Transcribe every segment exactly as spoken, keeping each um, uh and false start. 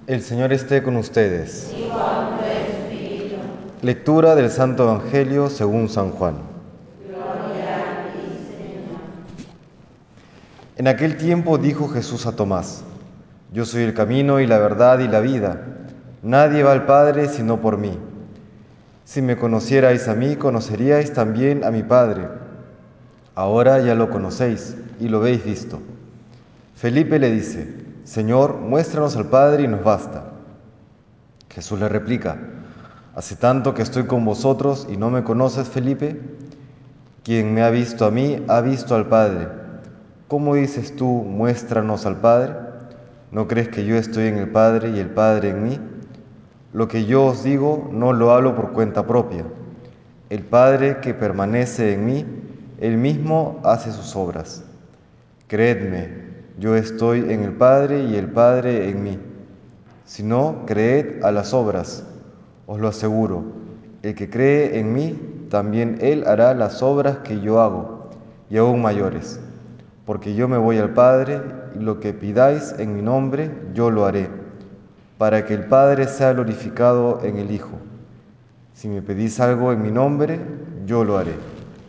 El Señor esté con ustedes. Y con tu espíritu. Lectura del Santo Evangelio según San Juan. Gloria a ti, Señor. En aquel tiempo dijo Jesús a Tomás: Yo soy el camino y la verdad y la vida. Nadie va al Padre sino por mí. Si me conocierais a mí, conoceríais también a mi Padre. Ahora ya lo conocéis y lo habéis visto. Felipe le dice: Señor, muéstranos al Padre y nos basta. Jesús le replica: ¿Hace tanto que estoy con vosotros y no me conoces, Felipe? Quien me ha visto a mí, ha visto al Padre. ¿Cómo dices tú, muéstranos al Padre? ¿No crees que yo estoy en el Padre y el Padre en mí? Lo que yo os digo no lo hablo por cuenta propia. El Padre que permanece en mí, Él mismo hace sus obras. Creedme, yo estoy en el Padre y el Padre en mí. Si no, creed a las obras. Os lo aseguro, el que cree en mí, también él hará las obras que yo hago, y aún mayores, porque yo me voy al Padre, y lo que pidáis en mi nombre, yo lo haré, para que el Padre sea glorificado en el Hijo. Si me pedís algo en mi nombre, yo lo haré.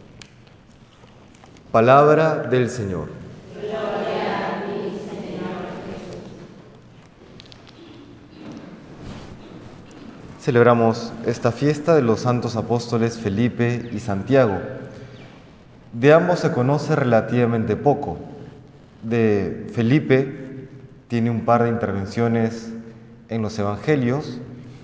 Palabra del Señor. Gloria a ti, Señor Jesús. Celebramos esta fiesta de los santos apóstoles Felipe y Santiago. De ambos se conoce relativamente poco. De Felipe tiene un par de intervenciones en los evangelios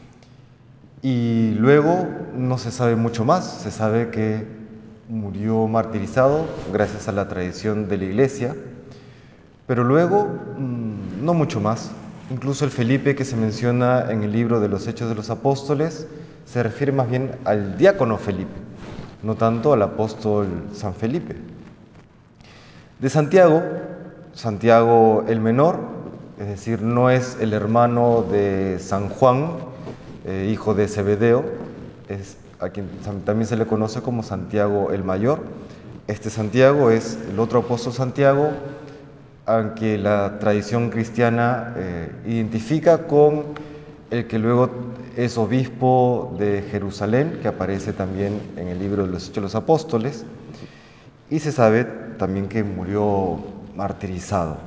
y luego no se sabe mucho más. Se sabe que murió martirizado gracias a la tradición de la Iglesia, pero luego mmm, no mucho más. Incluso el Felipe que se menciona en el libro de los Hechos de los Apóstoles se refiere más bien al diácono Felipe, no tanto al apóstol San Felipe. De Santiago, Santiago el menor, es decir, no es el hermano de San Juan, eh, hijo de Zebedeo, es a quien también se le conoce como Santiago el mayor. Este Santiago es el otro apóstol Santiago, aunque la tradición cristiana eh, identifica con el que luego es obispo de Jerusalén, que aparece también en el libro de los Hechos de los Apóstoles, y se sabe también que murió martirizado.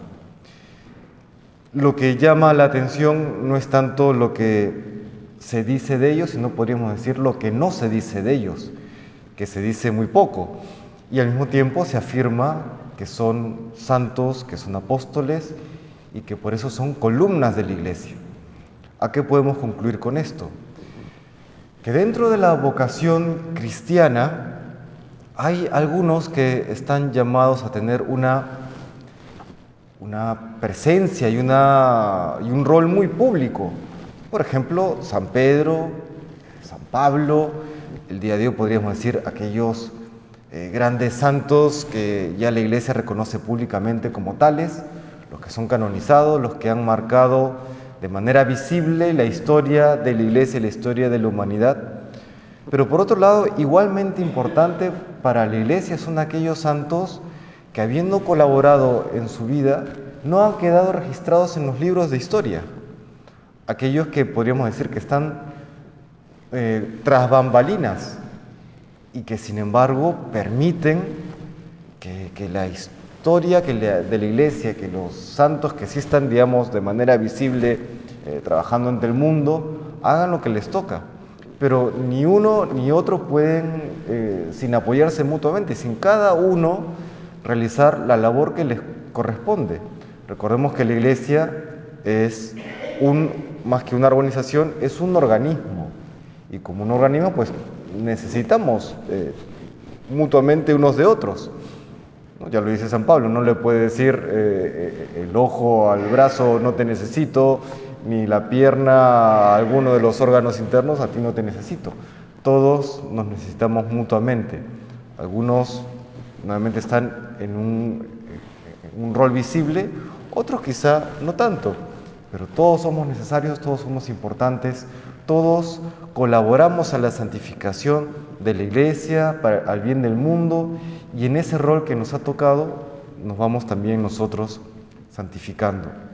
Lo que llama la atención no es tanto lo que se dice de ellos, sino podríamos decir lo que no se dice de ellos, que se dice muy poco, y al mismo tiempo se afirma que son santos, que son apóstoles y que por eso son columnas de la Iglesia. ¿A qué podemos concluir con esto? Que dentro de la vocación cristiana hay algunos que están llamados a tener una, una presencia y, una, y un rol muy público. Por ejemplo, San Pedro, San Pablo, el día de hoy podríamos decir aquellos eh, grandes santos que ya la Iglesia reconoce públicamente como tales, los que son canonizados, los que han marcado de manera visible la historia de la Iglesia y la historia de la humanidad. Pero por otro lado, igualmente importante para la Iglesia son aquellos santos que, habiendo colaborado en su vida, no han quedado registrados en los libros de historia. Aquellos que podríamos decir que están eh, tras bambalinas y que sin embargo permiten que, que la historia que la, de la Iglesia, que los santos que sí están, digamos, de manera visible eh, trabajando ante el mundo, hagan lo que les toca. Pero ni uno ni otro pueden, eh, sin apoyarse mutuamente, sin cada uno realizar la labor que les corresponde. Recordemos que la Iglesia es un, más que una organización, es un organismo. Y como un organismo, pues necesitamos eh, mutuamente unos de otros. ¿No? Ya lo dice San Pablo, no le puede decir eh, el ojo al brazo no te necesito, ni la pierna a alguno de los órganos internos a ti no te necesito. Todos nos necesitamos mutuamente. Algunos nuevamente están en un, en un rol visible, otros quizá no tanto, pero todos somos necesarios, todos somos importantes, todos colaboramos a la santificación de la Iglesia, para, al bien del mundo, y en ese rol que nos ha tocado nos vamos también nosotros santificando.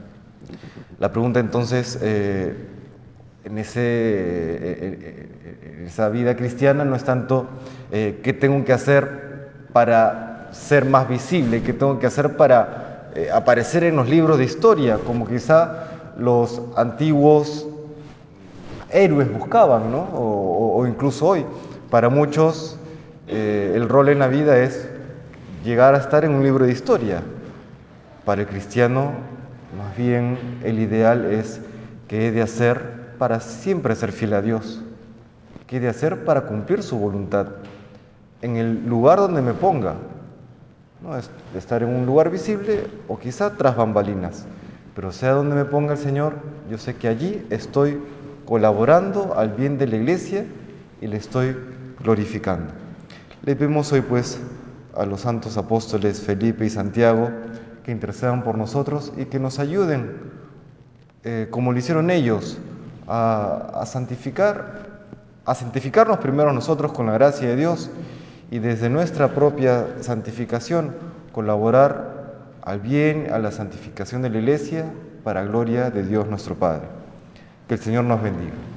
La pregunta entonces, eh, en, ese, eh, en esa vida cristiana no es tanto eh, qué tengo que hacer para ser más visible, qué tengo que hacer para eh, aparecer en los libros de historia, como quizá los antiguos héroes buscaban, ¿no? O, o incluso hoy. Para muchos eh, el rol en la vida es llegar a estar en un libro de historia. Para el cristiano, más bien, el ideal es qué he de hacer para siempre ser fiel a Dios, qué he de hacer para cumplir su voluntad, en el lugar donde me ponga, ¿no? Es estar en un lugar visible o quizá tras bambalinas, pero sea donde me ponga el Señor, yo sé que allí estoy colaborando al bien de la Iglesia y le estoy glorificando. Le pedimos hoy pues a los santos apóstoles Felipe y Santiago que intercedan por nosotros y que nos ayuden, eh, como lo hicieron ellos, a, a santificar, a santificarnos primero nosotros con la gracia de Dios y desde nuestra propia santificación colaborar al bien, a la santificación de la Iglesia para gloria de Dios nuestro Padre. Que el Señor nos bendiga.